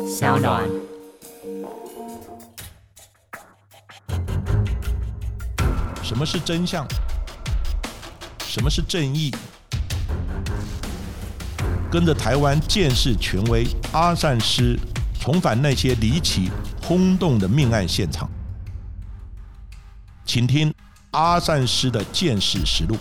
小暖。 什么是真相？什么是正义？跟着台湾鉴识权威阿善师重返那些离奇轰动的命案现场，请听阿善师的鉴识实录。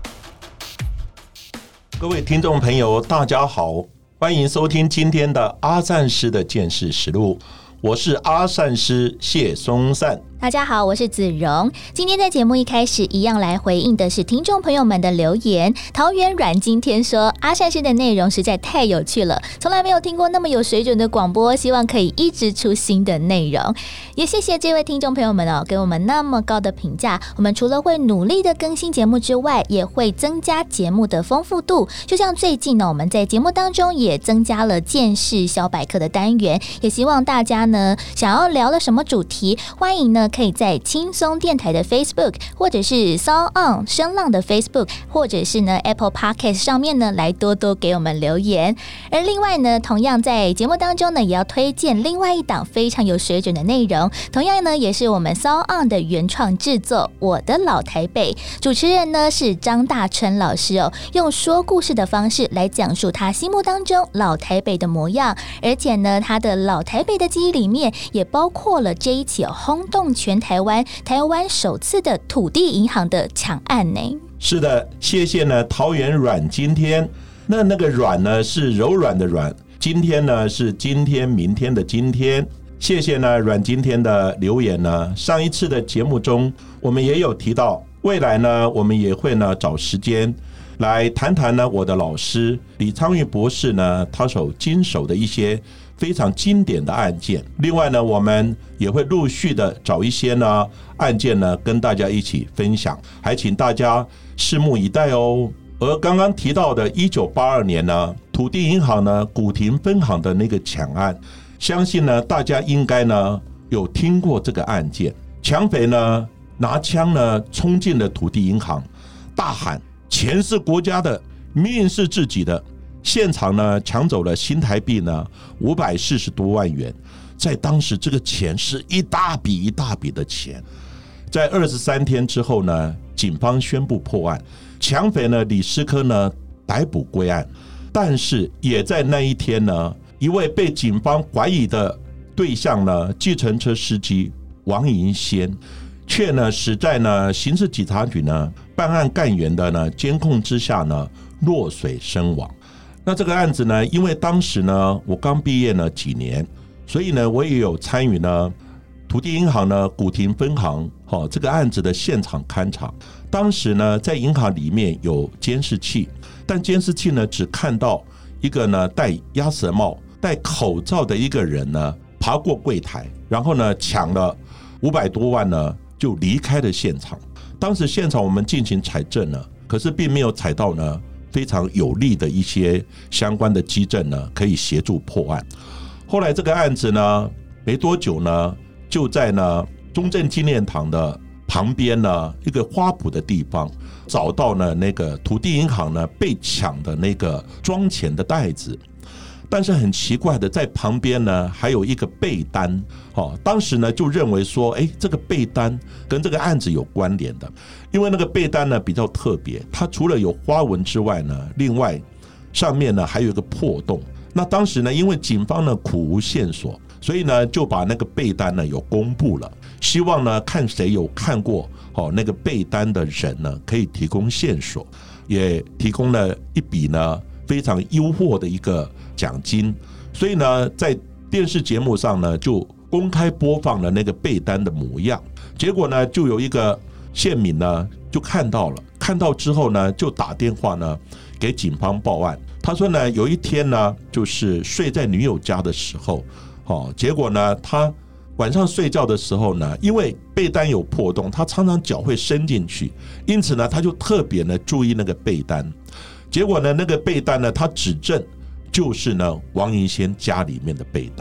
各位听众朋友大家好，欢迎收听今天的阿善师的鉴识实录，我是阿善师谢松善。 大家好，我是子荣。今天在节目一开始一样来回应的是听众朋友们的留言。桃园阮今天说，阿善师的内容实在太有趣了，从来没有听过那么有水准的广播，希望可以一直出新的内容。也谢谢这位听众朋友们给我们那么高的评价。我们除了会努力的更新节目之外，也会增加节目的丰富度。就像最近呢，我们在节目当中也增加了鉴识小百科的单元，也希望大家呢想要聊的什么主题，欢迎呢可以在轻松电台的 Facebook 或者是 SoundOn 声浪的 Facebook 或者是呢 Apple Podcast 上面呢来多多给我们留言。而另外呢，同样在节目当中呢也要推荐另外一档非常有水准的内容，同样呢也是我们 SoundOn 的原创制作，我的老台北。主持人呢是张大春老师用说故事的方式来讲述他心目当中老台北的模样，而且呢他的老台北的记忆里面也包括了这一起轰动全台湾首次的土地银行的抢案呢。 是的，谢谢呢桃园阮今天。那个阮呢是柔软的软，今天呢是今天明天的今天。谢谢呢阮今天的留言呢。上一次的节目中我们也有提到，未来呢我们也会呢找时间来谈谈呢我的老师李昌钰博士呢他所经手的一些非常经典的案件。另外呢我们也会陆续的找一些呢案件呢跟大家一起分享，还请大家拭目以待哦。而刚刚提到的1982年呢土地银行呢古亭分行的那个抢案，相信呢大家应该呢有听过这个案件。抢匪呢拿枪呢冲进了土地银行，大喊钱是国家的，命是自己的。现场呢抢走了新台币呢540多万元，在当时这个钱是一大笔一大笔的钱。在23天之后呢，警方宣布破案，抢匪呢李师科呢逮捕归案。但是也在那一天呢，一位被警方怀疑的对象呢，计程车司机王银先，却呢死在呢刑事警察局呢办案干员的呢监控之下呢落水身亡。那这个案子呢，因为当时呢我刚毕业呢几年，所以呢我也有参与呢土地银行呢古亭分行这个案子的现场勘查。当时呢在银行里面有监视器，但监视器呢只看到一个呢戴鸭舌帽戴口罩的一个人呢爬过柜台，然后呢抢了500多万呢就离开了现场。当时现场我们进行采证呢，可是并没有采到呢非常有力的一些相关的基证呢，可以协助破案。后来这个案子呢，没多久呢，就在呢中正纪念堂的旁边呢一个花圃的地方，找到了那个土地银行呢被抢的那个装钱的袋子。但是很奇怪的，在旁边呢还有一个被单，当时呢就认为说，这个被单跟这个案子有关联的，因为那个被单呢比较特别，它除了有花纹之外呢，另外上面呢还有一个破洞。那当时呢，因为警方呢苦无线索，所以呢就把那个被单呢有公布了，希望呢看谁有看过那个被单的人呢可以提供线索，也提供了一笔呢非常优渥的一个奖金。所以呢在电视节目上呢就公开播放了那个被单的模样。结果呢就有一个县民呢就看到了，看到之后呢就打电话呢给警方报案。他说呢有一天呢就是睡在女友家的时候，结果呢他晚上睡觉的时候呢，因为被单有破洞，他常常脚会伸进去，因此呢他就特别呢注意那个被单。结果呢那个被单呢他指证就是呢王银先家里面的被单。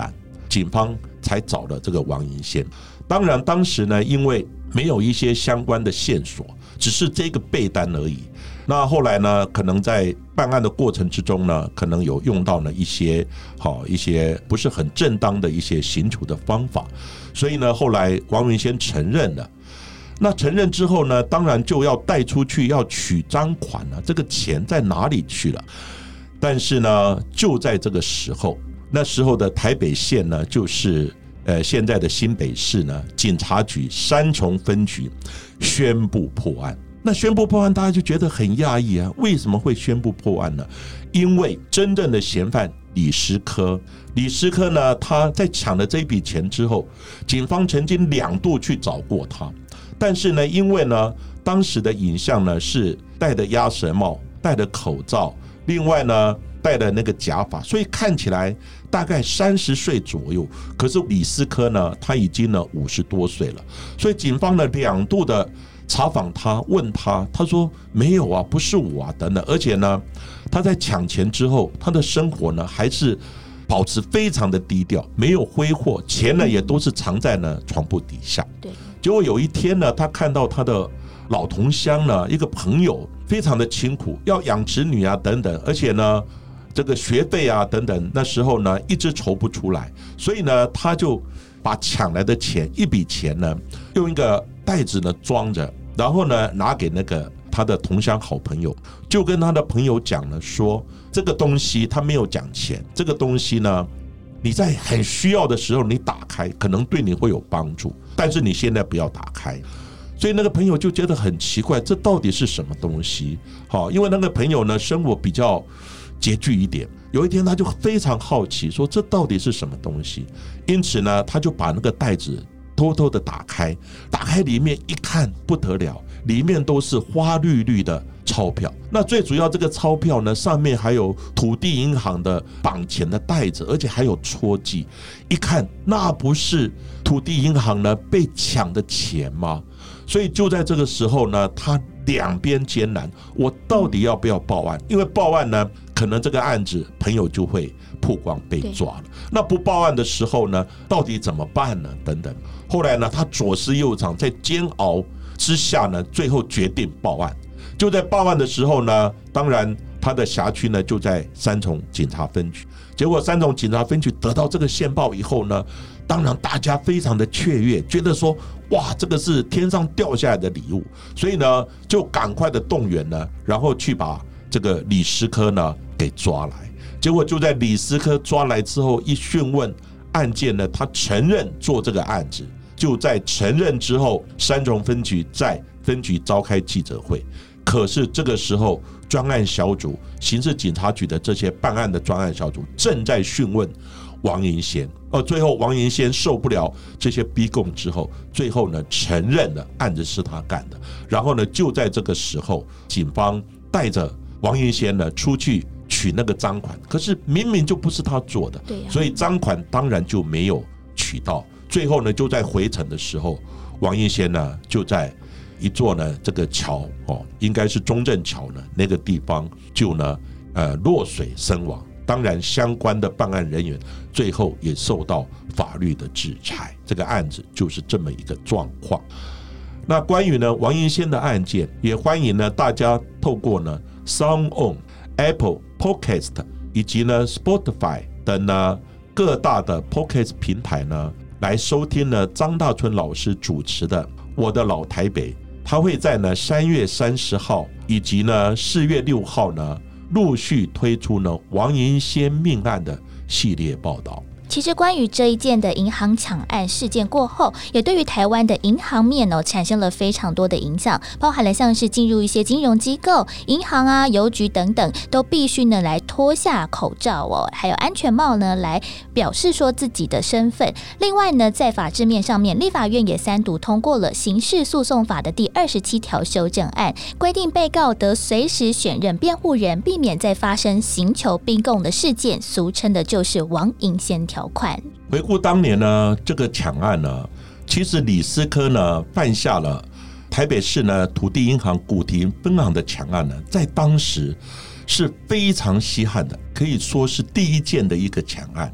警方才找了这个王银仙。当然当时呢，因为没有一些相关的线索，只是这个被单而已。那后来呢，可能在办案的过程之中呢，可能有用到了一些不是很正当的一些刑处的方法，所以呢，后来王银仙承认了。那承认之后呢，当然就要带出去要取赃款了，这个钱在哪里去了？但是呢，就在这个时候，那时候的台北县呢，就是现在的新北市呢，警察局三重分局宣布破案。那宣布破案，大家就觉得很讶异啊，为什么会宣布破案呢？因为真正的嫌犯李师科呢，他在抢了这笔钱之后，警方曾经2度去找过他，但是呢，因为呢，当时的影像呢是戴的鸭舌帽、戴的口罩，另外呢戴的那个假发，所以看起来大概30岁左右。可是李师科呢，他已经呢50多岁了，所以警方呢2度的查访他，问他，他说没有啊，不是我啊，等等。而且呢，他在抢钱之后，他的生活呢还是保持非常的低调，没有挥霍，钱呢也都是藏在呢床铺底下。对。结果有一天呢，他看到他的老同乡呢，一个朋友非常的辛苦，要养子女啊等等，而且呢这个学费啊等等，那时候呢一直筹不出来，所以呢他就把抢来的钱一笔钱呢用一个袋子呢装着，然后呢拿给那个他的同乡好朋友，就跟他的朋友讲了说，这个东西他没有讲钱，这个东西呢你在很需要的时候你打开可能对你会有帮助，但是你现在不要打开。所以那个朋友就觉得很奇怪，这到底是什么东西？因为那个朋友呢生活比较拮据一点，有一天他就非常好奇说这到底是什么东西，因此呢他就把那个袋子偷偷的打开里面一看不得了，里面都是花绿绿的钞票。那最主要这个钞票呢上面还有土地银行的绑钱的袋子，而且还有戳记，一看那不是土地银行呢被抢的钱吗？所以就在这个时候呢，他两边艰难，我到底要不要报案？因为报案呢可能这个案子朋友就会曝光被抓了，那不报案的时候呢到底怎么办呢？等等。后来呢他左思右想，在煎熬之下呢最后决定报案。就在报案的时候呢，当然他的辖区呢就在三重警察分局，结果三重警察分局得到这个线报以后呢，当然大家非常的雀跃，觉得说哇这个是天上掉下来的礼物，所以呢就赶快的动员呢，然后去把这个李师科呢给抓来。结果就在李师科抓来之后一讯问案件呢，他承认做这个案子。就在承认之后，三重分局在分局召开记者会，可是这个时候专案小组刑事警察局的这些办案的专案小组正在讯问王银贤，最后王银贤受不了这些逼供之后，最后呢承认了案子是他干的。然后呢就在这个时候，警方带着王银贤呢出去取那个赃款，可是明明就不是他做的，所以赃款当然就没有取到。最后呢就在回程的时候，王银贤呢就在一座呢这个桥应该是中正桥呢那个地方就呢落水身亡。当然相关的办案人员最后也受到法律的制裁，这个案子就是这么一个状况。那关于呢王银贤的案件，也欢迎呢大家透过呢 SoundOn、Apple Podcast 以及呢 Spotify 等呢各大的 Podcast 平台呢来收听呢张大春老师主持的我的老台北。他会在呢3月30号以及呢4月6号呢陆续推出呢王银贤命案的系列报道。 其实关于这一件的银行抢案事件过后，也对于台湾的银行面产生了非常多的影响，包含了像是进入一些金融机构、银行啊、邮局等等，都必须呢来脱下口罩还有安全帽呢来表示说自己的身份。另外呢，在法制面上面，立法院也3读通过了刑事诉讼法的第27条修正案，规定被告得随时选任辩护人，避免再发生刑求并共的事件，俗称的就是王银贤条。 回顾当年呢这个抢案呢，其实李师科呢犯下了台北市呢土地银行古亭分行的抢案呢，在当时是非常稀罕的，可以说是第一件的一个抢案。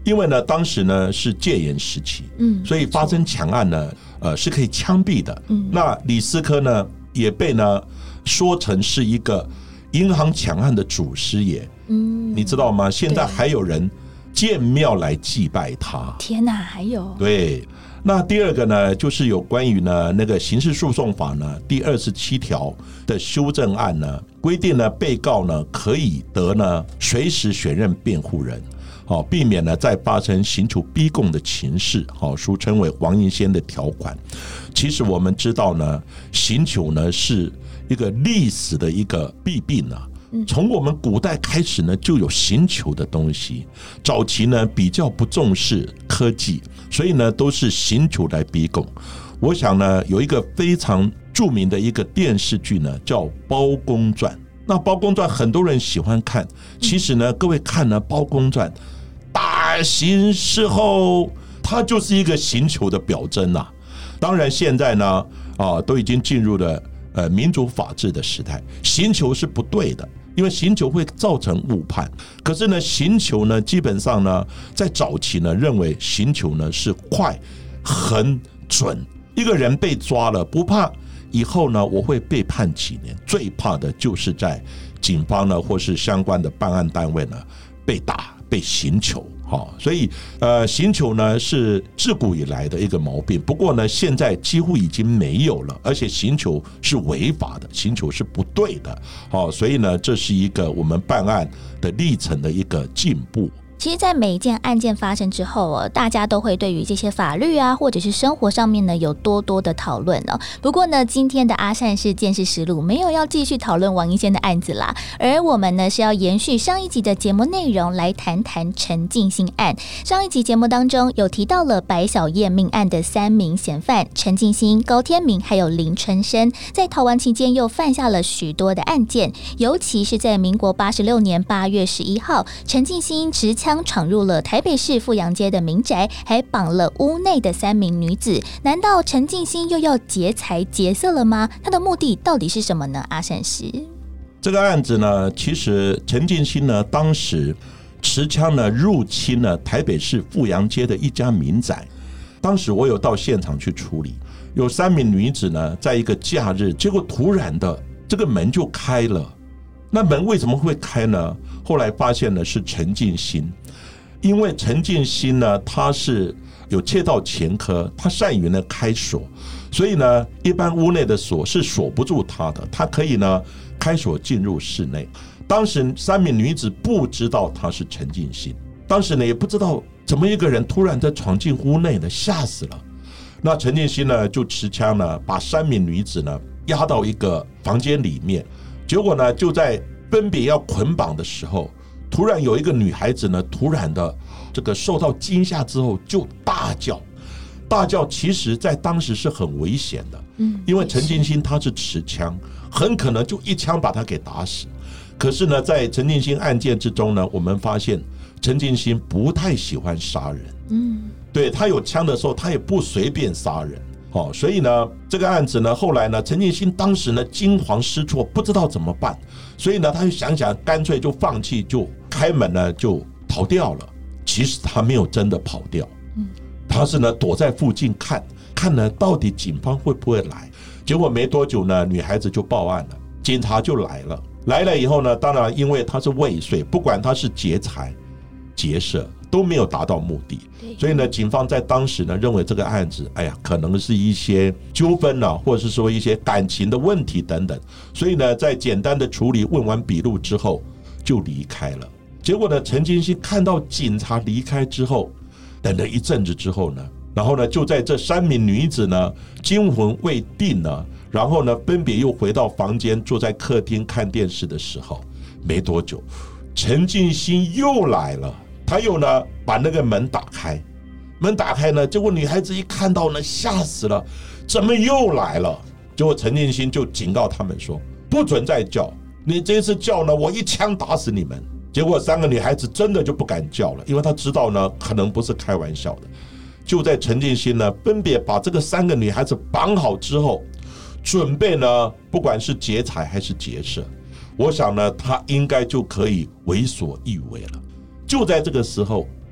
因为呢当时呢是戒严时期，所以发生抢案呢是可以枪毙的。那李斯科呢也被呢说成是一个银行抢案的祖师爷。你知道吗？现在还有人建庙来祭拜他。 天哪，还有。 对，那第二个呢，就是有关于呢那个刑事诉讼法呢第27条的修正案呢，规定呢被告呢可以得呢随时选任辩护人，避免呢再发生刑求逼供的情事，俗称为黄银仙的条款。其实我们知道呢，刑求呢是一个历史的一个弊病啊。从我们古代开始呢，就有刑求的东西。早期呢比较不重视科技，所以呢都是刑求来逼供。我想呢有一个非常著名的一个电视剧呢，叫《包公传》。那《包公传》很多人喜欢看，其实呢，各位看呢，《包公传》大刑事后，它就是一个刑求的表征啊。当然现在呢，都已经进入了民主法治的时代，刑求是不对的。因为刑求会造成误判，可是呢，刑求呢，基本上呢，在早期呢，认为刑求呢是快、很准。一个人被抓了，不怕以后呢，我会被判几年。最怕的就是在警方呢，或是相关的办案单位呢，被打、被刑求。所以刑求呢是自古以来的一个毛病，不过呢现在几乎已经没有了，而且刑求是违法的，刑求是不对的。所以呢这是一个我们办案的历程的一个进步。 其实在每一件案件发生之后，大家都会对于这些法律啊或者是生活上面呢有多多的讨论。不过呢今天的阿善师见识实录没有要继续讨论王英先的案子啦，而我们呢是要延续上一集的节目内容来谈谈陈进兴案。上一集节目当中有提到了白小燕命案的3名嫌犯陈进兴、高天明还有林春生，在逃亡期间又犯下了许多的案件，尤其是在民国86年8月11号，陈进兴持枪闯入了台北市富阳街的民宅，还绑了屋内的3名女子。难道陈进兴又要劫财劫色了吗？他的目的到底是什么呢？阿善师， 这个案子呢，其实陈进兴呢，当时持枪呢入侵了台北市富阳街的一家民宅。当时我有到现场去处理，有3名女子呢，在一个假日，结果突然的这个门就开了。那门为什么会开呢？后来发现呢是陈进兴，因为陈进兴呢他是有窃盗前科，他善于呢开锁，所以呢一般屋内的锁是锁不住他的，他可以呢开锁进入室内。当时3名女子不知道他是陈进兴，当时呢也不知道怎么一个人突然的闯进屋内呢，吓死了。那陈进兴呢就持枪呢把3名女子呢押到一个房间里面，结果呢就在分别要捆绑的时候，突然有一个女孩子呢突然的这个受到惊吓之后就大叫。其实在当时是很危险的，因为陈进兴他是持枪，很可能就一枪把他给打死。可是呢在陈进兴案件之中呢，我们发现陈进兴不太喜欢杀人，对，他有枪的时候他也不随便杀人。所以呢这个案子呢后来呢陈进兴当时呢惊慌失措，不知道怎么办，所以呢他就想干脆就放弃，就开门呢就逃掉了。其实他没有真的跑掉，他是呢躲在附近看呢到底警方会不会来。结果没多久呢女孩子就报案了，警察就来了以后呢，当然因为他是未遂，不管他是劫财劫色都没有达到目的，所以呢警方在当时呢认为这个案子可能是一些纠纷啊，或者是说一些感情的问题等等，所以呢在简单的处理问完笔录之后就离开了。结果呢陈进兴看到警察离开之后，等了一阵子之后呢，然后呢就在这3名女子呢惊魂未定呢，然后呢分别又回到房间坐在客厅看电视的时候，没多久陈进兴又来了，他又呢把那个门打开呢，结果女孩子一看到呢吓死了，怎么又来了？结果陈进兴就警告他们说，不准再叫，你这次叫呢我一枪打死你们。结果3个女孩子真的就不敢叫了，因为她知道呢可能不是开玩笑的。就在陈进兴呢分别把这个3个女孩子绑好之后，准备呢不管是劫财还是劫色，我想呢他应该就可以为所欲为了。就在这个时候，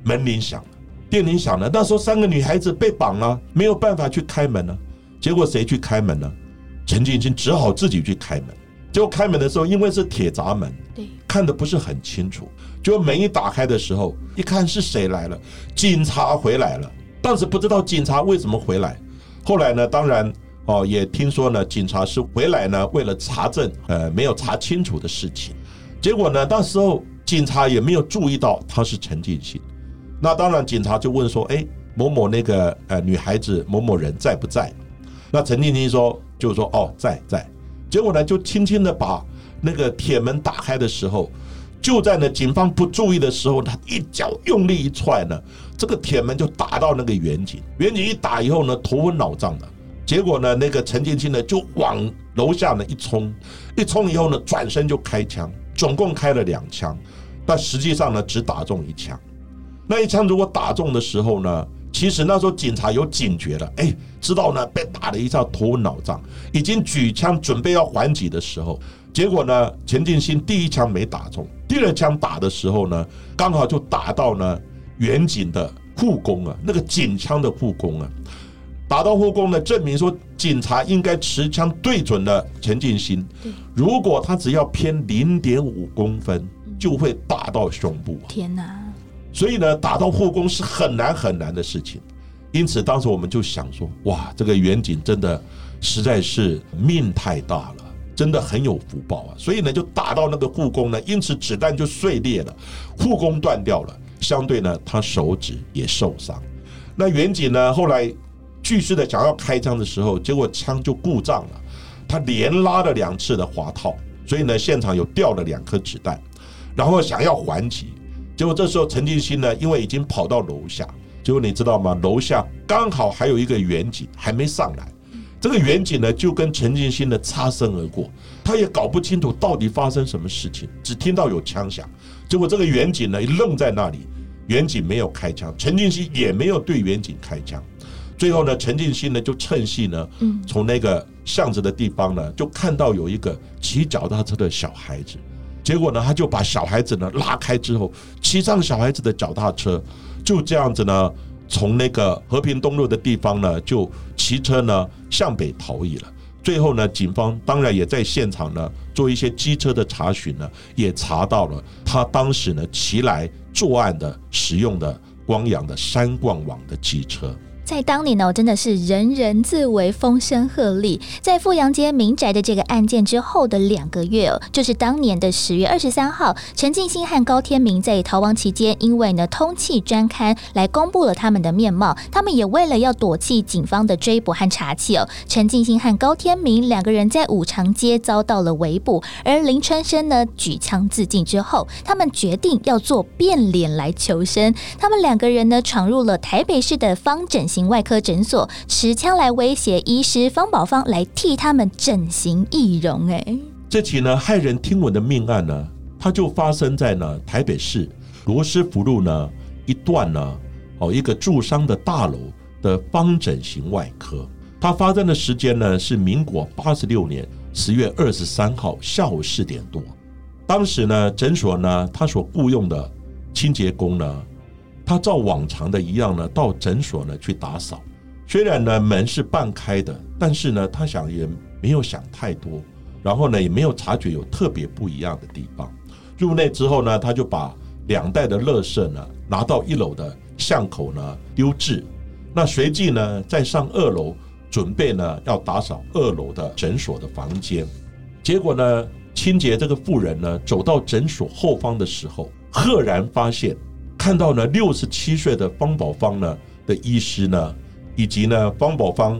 门铃响了，电铃响了，那时候3个女孩子被绑了，没有办法去开门了。结果谁去开门呢？陈进兴只好自己去开门。结果开门的时候，因为是铁闸门，看得不是很清楚。结果门一打开的时候，一看是谁来了，警察回来了。当时不知道警察为什么回来，后来呢，当然也听说呢，警察是回来呢，为了查证没有查清楚的事情。结果呢，那时候警察也没有注意到他是陈进兴。那当然，警察就问说：“某某那个女孩子某某人在不在？”那陈进兴就说：“哦，在。”结果呢，就轻轻的把那个铁门打开的时候，就在呢警方不注意的时候，他一脚用力一踹呢，这个铁门就打到那个远景。远景一打以后呢，头昏脑胀的。结果呢，那个陈进兴呢就往楼下呢一冲以后呢，转身就开枪，总共开了2枪，但实际上呢只打中1枪。那一枪如果打中的时候呢，其实那时候警察有警觉了，知道呢被打了一下头昏脑胀，已经举枪准备要还击的时候，结果呢陈进兴第1枪没打中，第2枪打的时候呢，刚好就打到呢远景的护工啊，那个警枪的护工啊，打到护工呢，证明说警察应该持枪对准了陈进兴，如果他只要偏0.5公分，就会打到胸部。 天哪！ 所以呢，打到护工是很难的事情。因此当时我们就想说，哇，这个远景真的实在是命太大了，真的很有福报啊。所以呢，就打到那个护工呢，因此子弹就碎裂了，护工断掉了，相对呢他手指也受伤。那远景呢后来据实的想要开枪的时候，结果枪就故障了，他连拉了2次的滑套，所以呢现场有掉了2颗子弹，然后想要还击。结果这时候陈进兴呢，因为已经跑到楼下，结果你知道吗？楼下刚好还有一个远景还没上来，这个远景呢就跟陈进兴呢擦身而过，他也搞不清楚到底发生什么事情，只听到有枪响。结果这个远景呢愣在那里，远景没有开枪，陈进兴也没有对远景开枪。最后呢，陈进兴呢就趁隙呢，从那个巷子的地方呢，就看到有一个骑脚踏车的小孩子。结果呢，他就把小孩子呢拉开之后，骑上小孩子的脚踏车，就这样子呢，从那个和平东路的地方呢，就骑车呢向北逃逸了。最后呢，警方当然也在现场呢做一些机车的查询呢，也查到了他当时呢骑来作案的使用的光阳的3冠网的机车。 在当年呢，真的是人人自危，风声鹤唳。在富阳街民宅的这个案件之后的2个月就是当年的10月23号，陈进兴和高天明在逃亡期间，因为呢通缉专刊来公布了他们的面貌，他们也为了要躲弃警方的追捕和查缉陈进兴和高天明2个人在五常街遭到了围捕，而林春生呢举枪自尽之后，他们决定要做变脸来求生。他们2个人呢闯入了台北市的方整形外科诊所，持枪来威胁医师方宝芳来替他们整形易容。 这起呢骇人听闻的命案呢，它就发生在呢台北市罗斯福路呢一段呢一个住商的大楼的方整形外科。它发生的时间呢是民国86年10月23号下午4点多。当时呢诊所呢他所雇用的清洁工呢，他照往常的一样呢，到诊所呢去打扫。虽然呢门是半开的，但是呢他想也没有想太多，然后呢也没有察觉有特别不一样的地方。入内之后呢，他就把2袋的垃圾呢拿到1楼的巷口呢丢置。那随即呢再上2楼，准备呢要打扫2楼的诊所的房间。结果呢，清洁这个妇人呢走到诊所后方的时候，赫然发现看到呢67岁的方宝芳呢的医师呢，以及呢方宝芳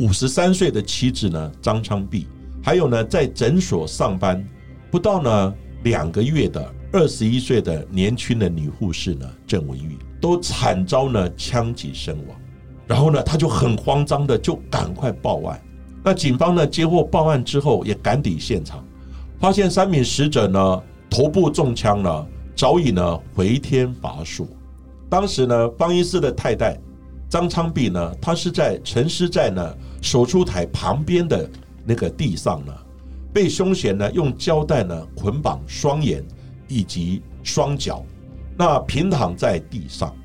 53岁的妻子呢张昌碧，还有呢在诊所上班不到呢2个月的21岁的年轻的女护士呢郑文玉，都惨遭呢枪击身亡。然后呢他就很慌张的就赶快报案。那警方呢接获报案之后也赶抵现场，发现3名死者呢头部中枪呢早已呢回天乏术。当时呢方医师的太太张昌碧呢，她是在沉尸在呢手术台旁边的那个地上呢，被凶嫌呢用胶带呢捆绑双眼以及双脚，那平躺在地上。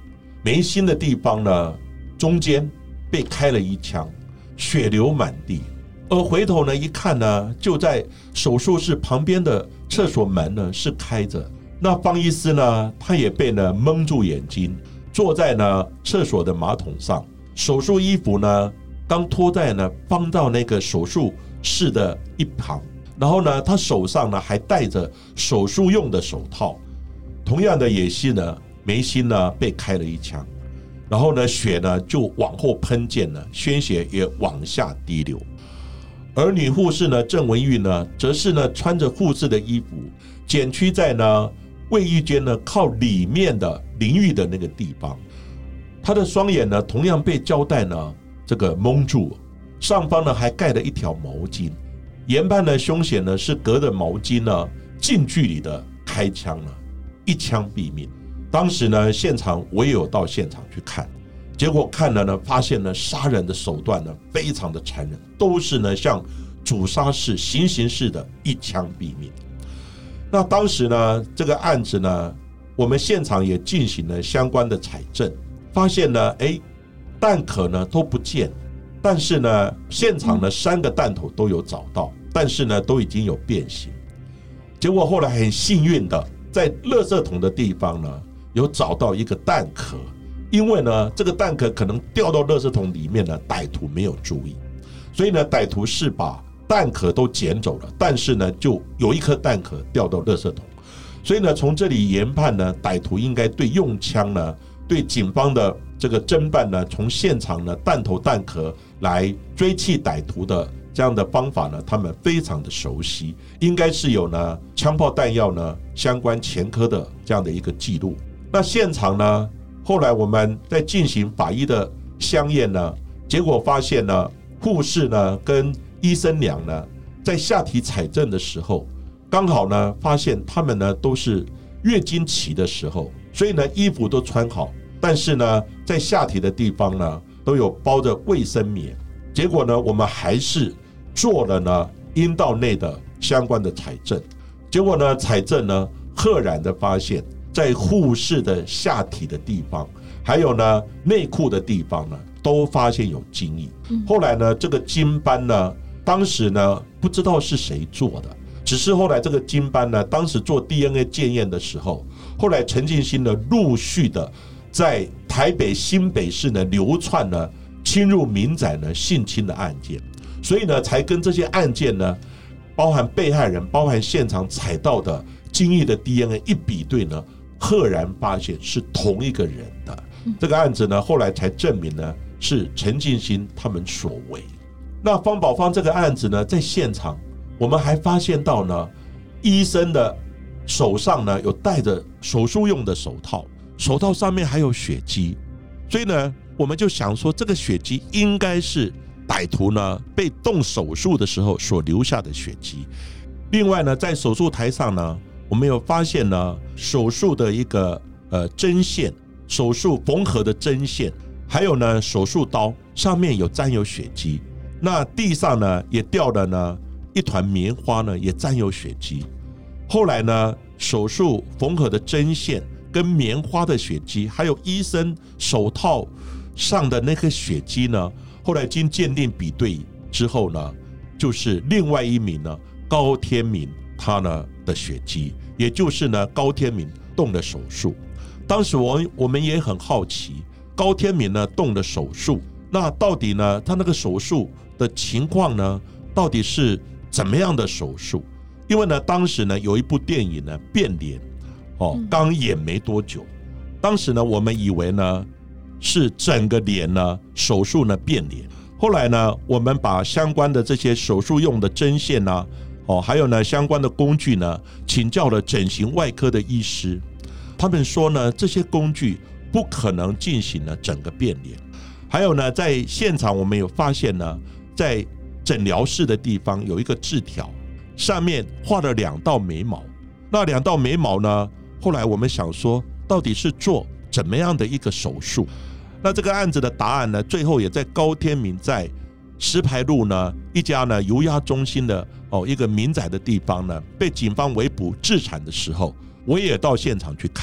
眉心的地方呢，中间被开了一枪，血流满地。而回头呢一看呢，就在手术室旁边的厕所门呢是开着。那方医师呢，他也被呢蒙住眼睛，坐在呢厕所的马桶上，手术衣服呢刚脱在呢放到那个手术室的一旁，然后呢他手上呢还戴着手术用的手套。同样的也是呢眉心呢被开了一枪，然后呢血呢就往后喷溅了，鲜血也往下滴流。而女护士呢郑文玉呢，则是呢穿着护士的衣服，蜷曲在呢卫浴间呢靠里面的淋浴的那个地方。她的双眼呢同样被胶带呢这个蒙住，上方呢还盖了一条毛巾，研判的凶险呢是隔着毛巾呢近距离的开枪了，一枪毙命。当时呢现场我也有到现场去看，结果看了呢，发现呢杀人的手段呢非常的残忍，都是呢像主杀式、行刑式的一枪毙命。那当时呢这个案子呢，我们现场也进行了相关的采证，发现呢弹壳呢都不见，但是呢现场呢3个弹头都有找到，但是呢都已经有变形。结果后来很幸运的，在垃圾桶的地方呢有找到一个弹壳，因为呢这个弹壳可能掉到垃圾桶里面呢，歹徒没有注意，所以呢歹徒是把弹壳都捡走了，但是呢就有一颗弹壳掉到垃圾桶。所以呢从这里研判呢，歹徒应该对用枪呢，对警方的这个侦办呢，从现场呢弹头弹壳来追缉歹徒的这样的方法呢，他们非常的熟悉，应该是有呢枪炮弹药呢相关前科的这样的一个记录。那现场呢，后来我们在进行法医的相验呢，结果发现呢，护士呢跟医生娘呢在下体采证的时候，刚好呢发现他们呢都是月经期的时候，所以呢衣服都穿好，但是呢在下体的地方呢都有包着卫生棉。结果呢我们还是做了呢阴道内的相关的采证，结果呢采证呢赫然的发现，在护士的下体的地方，还有呢内裤的地方呢，都发现有精液。后来呢这个精斑呢，当时呢不知道是谁做的，只是后来这个精斑呢，当时做 DNA 检验的时候，后来陈进兴呢陆续的在台北新北市呢流窜呢侵入民宅呢性侵的案件，所以呢才跟这些案件呢，包含被害人、包含现场采到的精液的 DNA 一比对呢，赫然发现是同一个人的。这个案子呢后来才证明呢是陈进兴他们所为。那方宝芳这个案子呢，在现场我们还发现到呢，医生的手上呢有戴着手术用的手套，手套上面还有血迹，所以呢我们就想说，这个血迹应该是歹徒呢被动手术的时候所留下的血迹。另外呢，在手术台上呢，我们有发现呢手术的一个针线，手术缝合的针线，还有呢手术刀上面有沾有血迹。那地上呢也掉了呢一团棉花呢，也沾有血迹。后来呢手术缝合的针线跟棉花的血迹，还有医生手套上的那个血迹呢，后来经鉴定比对之后呢，就是另外一名呢高天明他呢的血迹，也就是呢高天明动了手术。当时我们也很好奇，高天明呢动了手术，那到底呢他那个手术的情况呢，到底是怎么样的手术？因为呢当时呢有一部电影呢变脸刚演没多久，当时呢我们以为呢是整个脸呢手术呢变脸，后来呢我们把相关的这些手术用的针线呢还有呢相关的工具呢请教了整形外科的医师，他们说呢这些工具不可能进行了整个变脸。还有呢在现场我们有发现呢，在诊疗室的地方有一个字条，上面画了2道眉毛。那2道眉毛呢，后来我们想说到底是做怎么样的一个手术？那这个案子的答案呢，最后也在高天明在石牌路呢一家呢油压中心的一个民宅的地方呢被警方围捕自产的时候，我也到现场去看。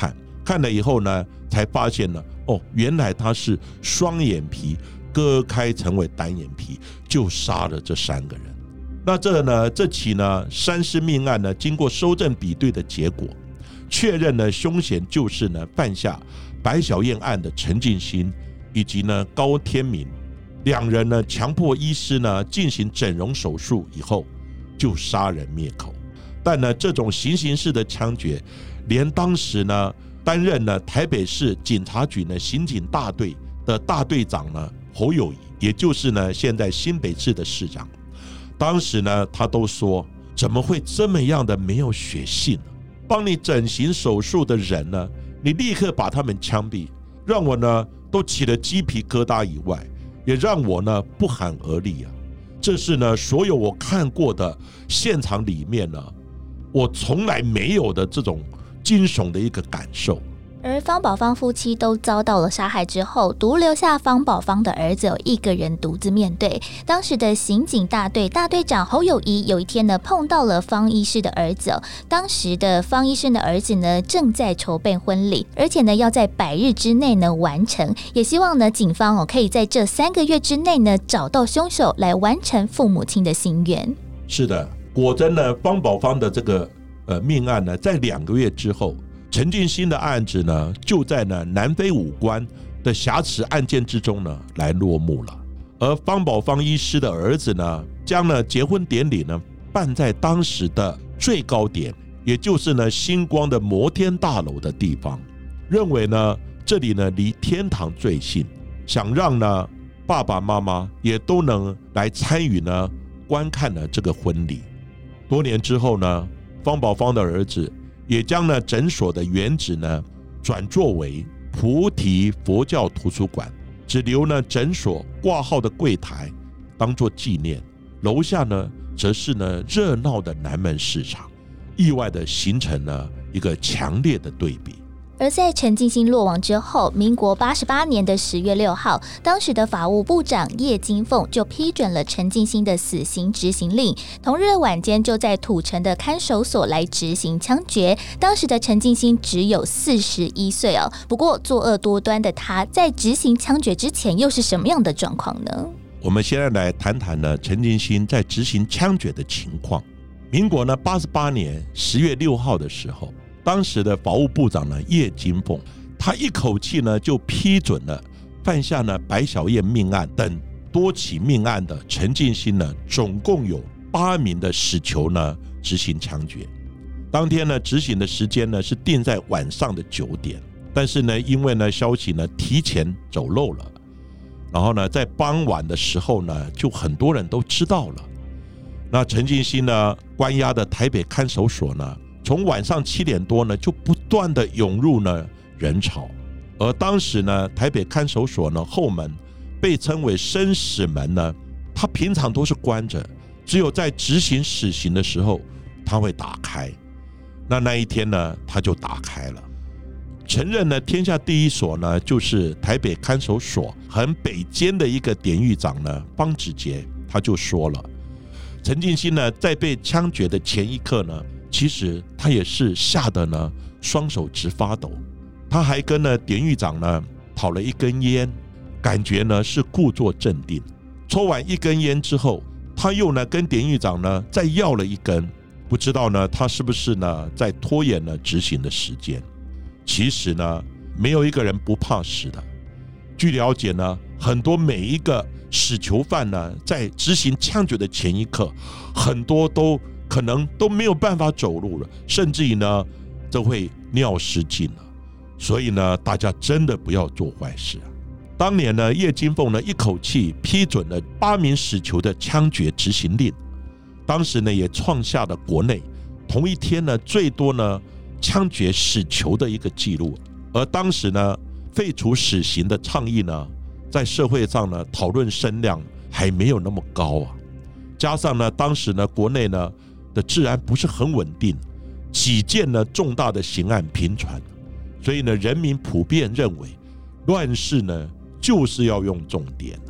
看了以后呢，才发现呢，原来他是双眼皮割开成为单眼皮，就杀了这3个人。那这起呢3尸命案呢，经过搜证比对的结果，确认呢凶嫌就是呢犯下白小燕案的陈进兴以及呢高天明2人呢，强迫医师呢进行整容手术以后就杀人灭口。但呢这种行刑式的枪决，连当时呢担任呢台北市警察局呢刑警大队的大队长呢侯友宜，也就是呢现在新北市的市长，当时呢他都说，怎么会这么样的没有血性呢？帮你整形手术的人呢，你立刻把他们枪毙，让我呢都起了鸡皮疙瘩以外，也让我呢不寒而栗啊！这是呢所有我看过的现场里面呢，我从来没有的这种惊悚的一个感受。 而方宝芳夫妻都遭到了杀害之后，独留下方宝芳的儿子有1个人独自面对。当时的刑警大队大队长侯友宜有一天呢碰到了方医师的儿子当时的方医生的儿子呢正在筹备婚礼，而且呢要在100日之内呢完成，也希望呢警方可以在这3个月之内呢找到凶手，来完成父母亲的心愿。 是的，果真呢方宝芳的这个命案呢，在2个月之后，陈进兴的案子呢，就在呢南非5关的瑕疵案件之中呢来落幕了。而方宝芳医师的儿子呢，将呢结婚典礼呢办在当时的最高点，也就是呢星光的摩天大楼的地方，认为呢这里呢离天堂最近，想让呢爸爸妈妈也都能来参与呢观看呢这个婚礼。多年之后呢，方宝芳的儿子也将呢诊所的原址呢转作为菩提佛教图书馆，只留呢诊所挂号的柜台当作纪念，楼下呢则是呢热闹的南门市场，意外的形成了一个强烈的对比。 而在陈进兴落网之后，民国88年的10月6号，当时的法务部长叶金凤就批准了陈进兴的死刑执行令。同日晚间，就在土城的看守所来执行枪决。当时的陈进兴只有41岁哦。不过，作恶多端的他，在执行枪决之前，又是什么样的状况呢？ 我们现在来谈谈呢陈进兴在执行枪决的情况。民国呢88年10月6号的时候，当时的法务部长呢叶金凤，他一口气呢就批准了犯下呢白小燕命案等多起命案的陈进兴呢，总共有8名的死囚呢执行枪决。当天呢执行的时间呢是定在晚上的9点，但是呢因为呢消息呢提前走漏了，然后呢在傍晚的时候呢就很多人都知道了。那陈进兴呢关押的台北看守所呢，从晚上7点多呢就不断的涌入呢人潮，而当时呢台北看守所呢后门被称为生死门呢，它平常都是关着，只有在执行死刑的时候它会打开。那一天呢它就打开了。承认呢天下第一所呢就是台北看守所很北监的一个典狱长呢方子杰，他就说了，陈进兴呢在被枪决的前一刻呢，其实他也是吓得呢双手直发抖，他还跟呢典狱长呢讨了一根烟，感觉呢是故作镇定。抽完一根烟之后，他又呢跟典狱长呢再要了一根，不知道呢他是不是呢在拖延了执行的时间。其实呢没有一个人不怕死的。据了解呢，很多每一个死囚犯呢在执行枪决的前一刻，很多都可能都没有办法走路了，甚至于呢都会尿失禁了。所以呢大家真的不要做坏事啊。当年呢叶金凤呢一口气批准了8名死囚的枪决执行令，当时呢也创下了国内同一天呢最多呢枪决死囚的一个记录。而当时呢废除死刑的倡议呢，在社会上呢讨论声量还没有那么高啊，加上呢当时呢国内呢的治安不是很稳定，几件呢重大的刑案频传，所以呢人民普遍认为乱世呢就是要用重典。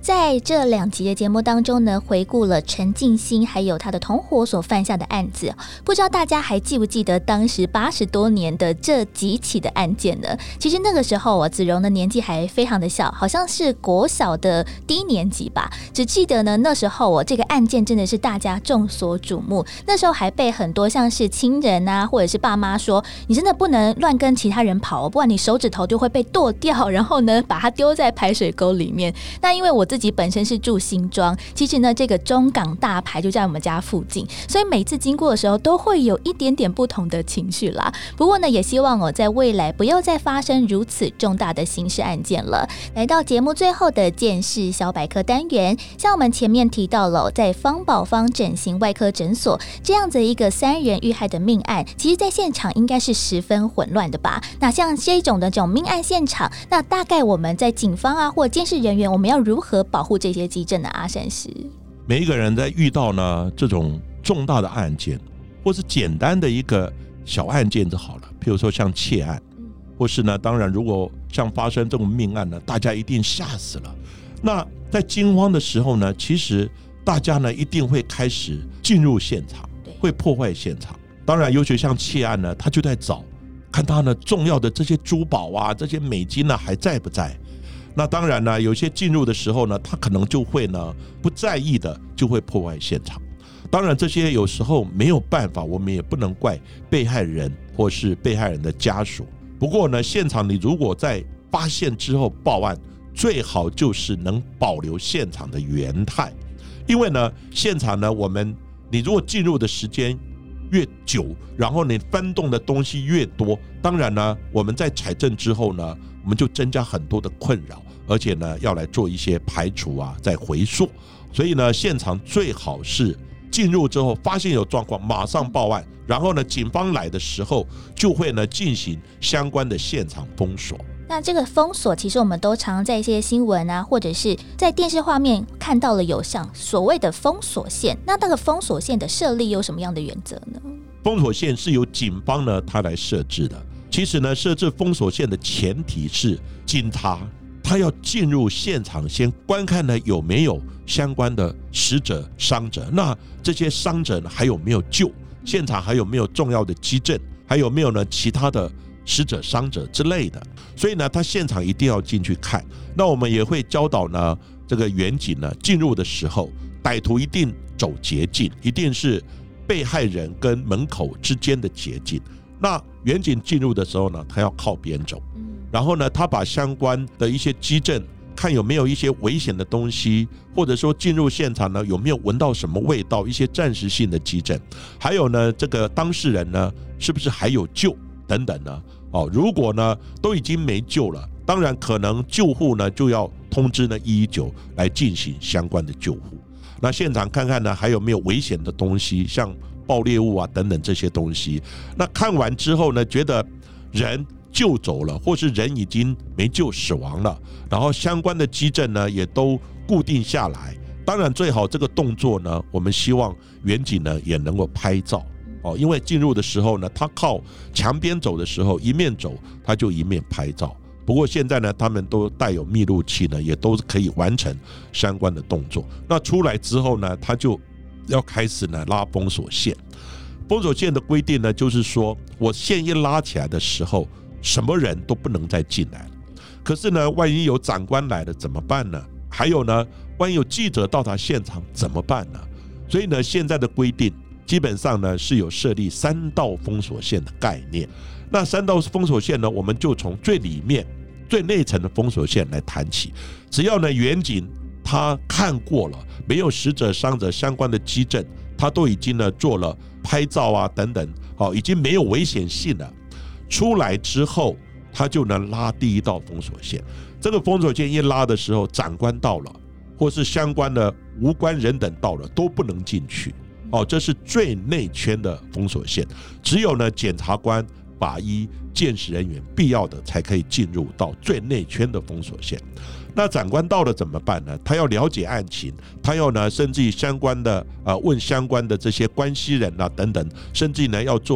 在这2集的节目当中呢，回顾了陈进兴还有他的同伙所犯下的案子，不知道大家还记不记得当时80多年的这几起的案件呢？其实那个时候子荣的年纪还非常的小，好像是国小的低年级吧，只记得呢那时候这个案件真的是大家众所瞩目，那时候还被很多像是亲人啊或者是爸妈说，你真的不能乱跟其他人跑，不然你手指头就会被剁掉，然后呢把它丢在排水沟里面。那因为我自己本身是住新庄，其实呢这个中港大排就在我们家附近，所以每次经过的时候都会有一点点不同的情绪啦。不过呢也希望在未来不要再发生如此重大的刑事案件了。来到节目最后的见识小百科单元，像我们前面提到了在方宝芳整形外科诊所这样子一个3人遇害的命案，其实在现场应该是十分混乱的吧。那像这种的这种命案现场，那大概我们在警方啊或监视人员，我们要如何保护这些基证呢？阿善师， 每一个人在遇到呢这种重大的案件，或是简单的一个小案件就好了，譬如说像窃案，或是呢当然如果像发生这种命案呢，大家一定吓死了。那在惊慌的时候呢，其实大家呢一定会开始进入现场，会破坏现场。当然尤其像窃案呢，他就在找看他呢重要的这些珠宝啊，这些美金呢还在不在。那当然呢有些进入的时候呢，他可能就会呢不在意的就会破坏现场。当然这些有时候没有办法，我们也不能怪被害人或是被害人的家属。不过呢现场你如果在发现之后报案，最好就是能保留现场的原态。因为呢现场呢你如果进入的时间越久，然后你翻动的东西越多，当然呢我们在采证之后呢，我们就增加很多的困扰，而且呢要来做一些排除啊，再回溯。所以呢现场最好是进入之后发现有状况马上报案，然后呢警方来的时候就会呢进行相关的现场封锁。 那这个封锁其实我们都常在一些新闻啊或者是在电视画面看到了有像所谓的封锁线，那个封锁线的设立有什么样的原则呢？ 封锁线是由警方呢他来设置的。其实呢设置封锁线的前提是警察他要进入现场，先观看呢有没有相关的死者伤者，那这些伤者呢还有没有救，现场还有没有重要的基证，还有没有呢其他的死者伤者之类的。所以呢他现场一定要进去看。那我们也会教导呢这个员警呢进入的时候，歹徒一定走捷径，一定是被害人跟门口之间的捷径。那员警进入的时候呢，他要靠边走，然后呢他把相关的一些基证，看有没有一些危险的东西，或者说进入现场呢有没有闻到什么味道，一些暂时性的基证，还有呢这个当事人呢是不是还有救等等呢。如果呢都已经没救了，当然可能救护呢就要通知呢119来进行相关的救护。那现场看看呢还有没有危险的东西，像爆裂物啊等等这些东西。那看完之后呢，觉得人救走了，或是人已经没救死亡了，然后相关的基证呢也都固定下来。当然最好这个动作呢，我们希望员警呢也能够拍照。因为进入的时候呢，他靠墙边走的时候，一面走他就一面拍照。不过现在呢他们都带有密录器呢，也都可以完成相关的动作。那出来之后呢，他就要开始呢拉封锁线。封锁线的规定呢，就是说我线一拉起来的时候，什么人都不能再进来了。可是呢万一有长官来了怎么办呢？还有呢万一有记者到达现场怎么办呢？所以呢现在的规定基本上呢是有设立3道封锁线的概念。那3道封锁线呢，我们就从最里面最内层的封锁线来谈起。只要呢员警他看过了没有死者伤者相关的基证，他都已经呢做了拍照啊等等，已经没有危险性了，出来之后他就能拉第1道封锁线。这个封锁线一拉的时候，长官到了或是相关的无关人等到了都不能进去。这是最内圈的封锁线，只有呢检察官、法医、鉴识人员必要的才可以进入到最内圈的封锁线。那长官到了怎么办呢？他要了解案情，他要呢甚至于相关的问相关的这些关系人啊等等，甚至呢要做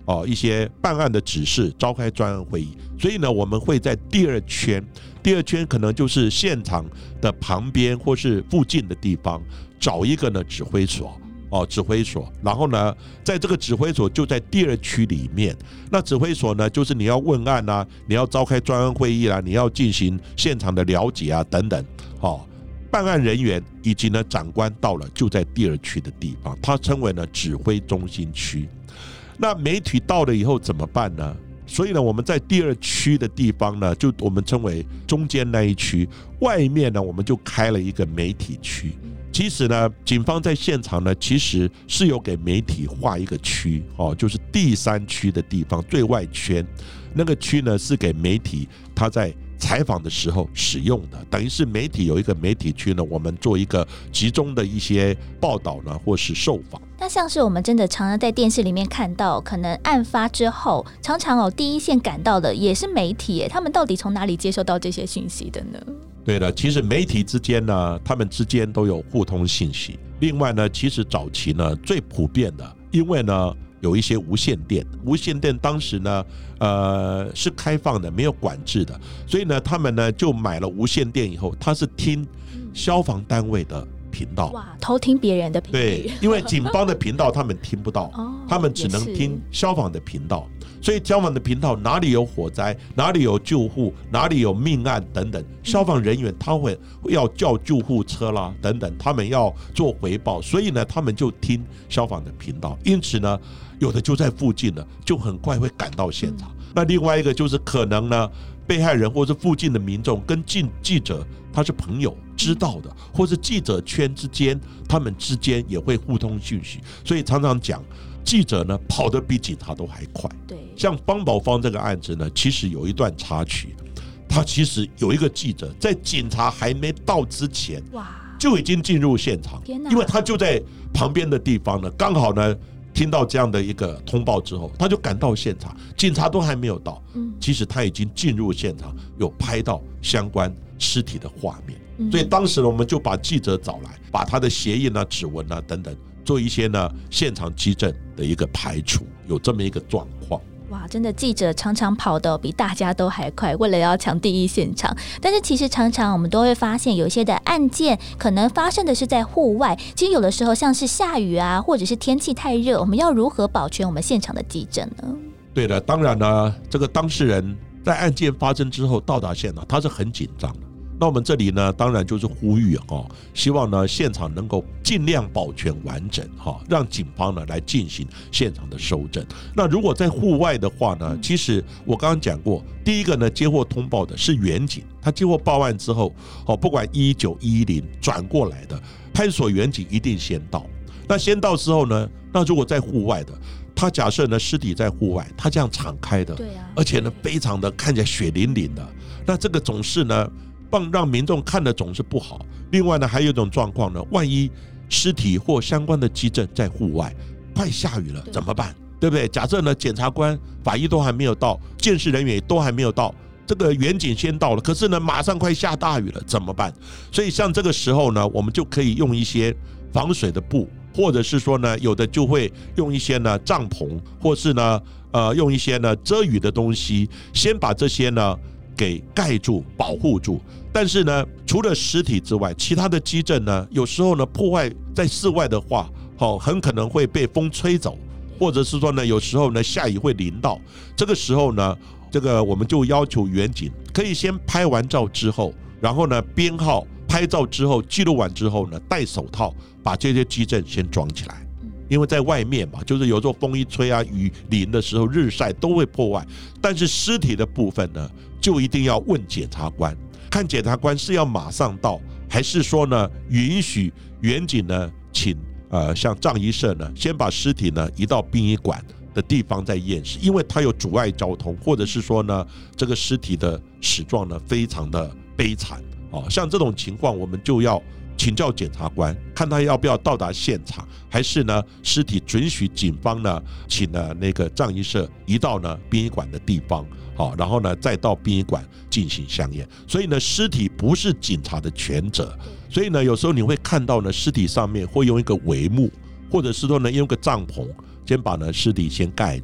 一些办案的指示，召开专案会议。所以呢，我们会在第二圈可能就是现场的旁边或是附近的地方找一个呢指挥所，然后呢，在这个指挥所就在第二区里面。那指挥所呢，就是你要问案啊，你要召开专案会议啊，你要进行现场的了解啊等等。办案人员以及呢长官到了就在第二区的地方，它称为呢指挥中心区。那媒体到了以后怎么办呢？所以呢，我们在第二区的地方呢，就我们称为中间那一区，外面呢我们就开了一个媒体区。其实呢，警方在现场呢，其实是有给媒体划一个区，就是第3区的地方最外圈，那个区呢是给媒体他在采访的时候使用的，等于是媒体有一个媒体区呢，我们做一个集中的一些报道呢，或是受访。 那像是我们真的常常在电视里面看到，可能案发之后，常常第一线赶到的也是媒体耶，他们到底从哪里接收到这些讯息的呢？ 对了，其实媒体之间呢，他们之间都有互通信息。另外呢，其实早期呢最普遍的，因为呢有一些无线电当时呢是开放的，没有管制的，所以呢他们呢就买了无线电以后，他是听消防单位的频道。 哇，偷听别人的频道。 对，因为警方的频道他们听不到他们只能听消防的频道。所以消防的频道哪里有火灾，哪里有救护，哪里有命案等等，消防人员他会要叫救护车啦等等，他们要做回报，所以呢他们就听消防的频道。因此呢，有的就在附近了，就很快会赶到现场。那另外一个就是可能呢，被害人或是附近的民众跟记者他是朋友知道的，或是记者圈之间他们之间也会互通讯息，所以常常讲记者呢跑得比警察都还快。 对， 像方宝芳这个案子呢，其实有一段插曲，他其实有一个记者在警察还没到之前就已经进入现场，因为他就在旁边的地方呢，刚好呢听到这样的一个通报之后，他就赶到现场，警察都还没有到，其实他已经进入现场，有拍到相关尸体的画面。所以当时呢，我们就把记者找来，把他的鞋印啊、指纹啊等等，做一些呢现场基证的一个排除，有这么一个状况。 哇，真的记者常常跑得比大家都还快，为了要抢第一现场。但是其实常常我们都会发现，有一些的案件可能发生的是在户外。其实有的时候像是下雨啊，或者是天气太热，我们要如何保全我们现场的基证呢？ 对的，当然呢，这个当事人在案件发生之后到达现场，他是很紧张的。那我们这里呢，当然就是呼吁希望呢现场能够尽量保全完整让警方呢来进行现场的搜证。那如果在户外的话呢，其实我刚刚讲过，第一个呢接获通报的是员警，他接获报案之后不管119、110转过来的派出所员警一定先到。那先到之后呢，那如果在户外的，他假设呢尸体在户外，他这样敞开的，而且呢非常的看起来血淋淋的，那这个总是呢让民众看的总是不好。另外呢，还有一种状况呢，万一尸体或相关的基证在户外，快下雨了怎么办？对不对？假设呢，检察官、法医都还没有到，鉴识人员也都还没有到，这个员警先到了，可是呢，马上快下大雨了怎么办？所以像这个时候呢，我们就可以用一些防水的布，或者是说呢，有的就会用一些呢帐篷，或是呢用一些呢遮雨的东西，先把这些呢给盖住保护住。但是呢，除了尸体之外，其他的基证呢，有时候呢破坏在室外的话，很可能会被风吹走，或者是说呢，有时候呢下雨会淋到。这个时候呢，这个我们就要求员警可以先拍完照之后，然后呢编号拍照之后记录完之后呢，戴手套把这些基证先装起来。因为在外面嘛，就是有时候风一吹啊，雨淋的时候，日晒都会破坏。但是尸体的部分呢，就一定要问检察官，看检察官是要马上到，还是说呢允许员警呢请像葬仪社呢先把尸体呢移到殡仪馆的地方再验尸，因为它有阻碍交通，或者是说呢这个尸体的死状呢非常的悲惨像这种情况，我们就要请教检察官，看他要不要到达现场，还是呢尸体准许警方呢请了那个葬仪社移到呢殡仪馆的地方，然后呢再到殡仪馆进行相验。所以呢尸体不是警察的全责，所以呢有时候你会看到呢尸体上面会用一个帷幕，或者是说呢用个帐篷先把呢尸体先盖住，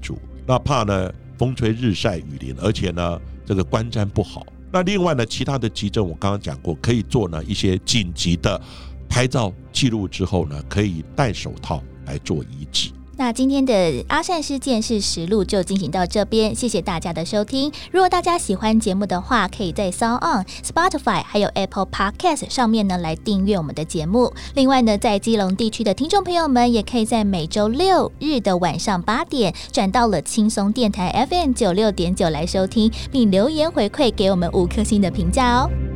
那怕呢风吹日晒雨淋，而且呢这个观瞻不好。那另外呢，其他的急诊我刚刚讲过，可以做呢一些紧急的拍照记录之后呢，可以戴手套来做医治。 那今天的阿善师见识实录就进行到这边，谢谢大家的收听。如果大家喜欢节目的话，可以在 SoundOn、Spotify 还有 Apple Podcast 上面呢来订阅我们的节目。另外呢，在基隆地区的听众朋友们，也可以在每周六日的晚上8点转到了轻松电台 FM 96.9来收听，并留言回馈给我们5颗星的评价哦。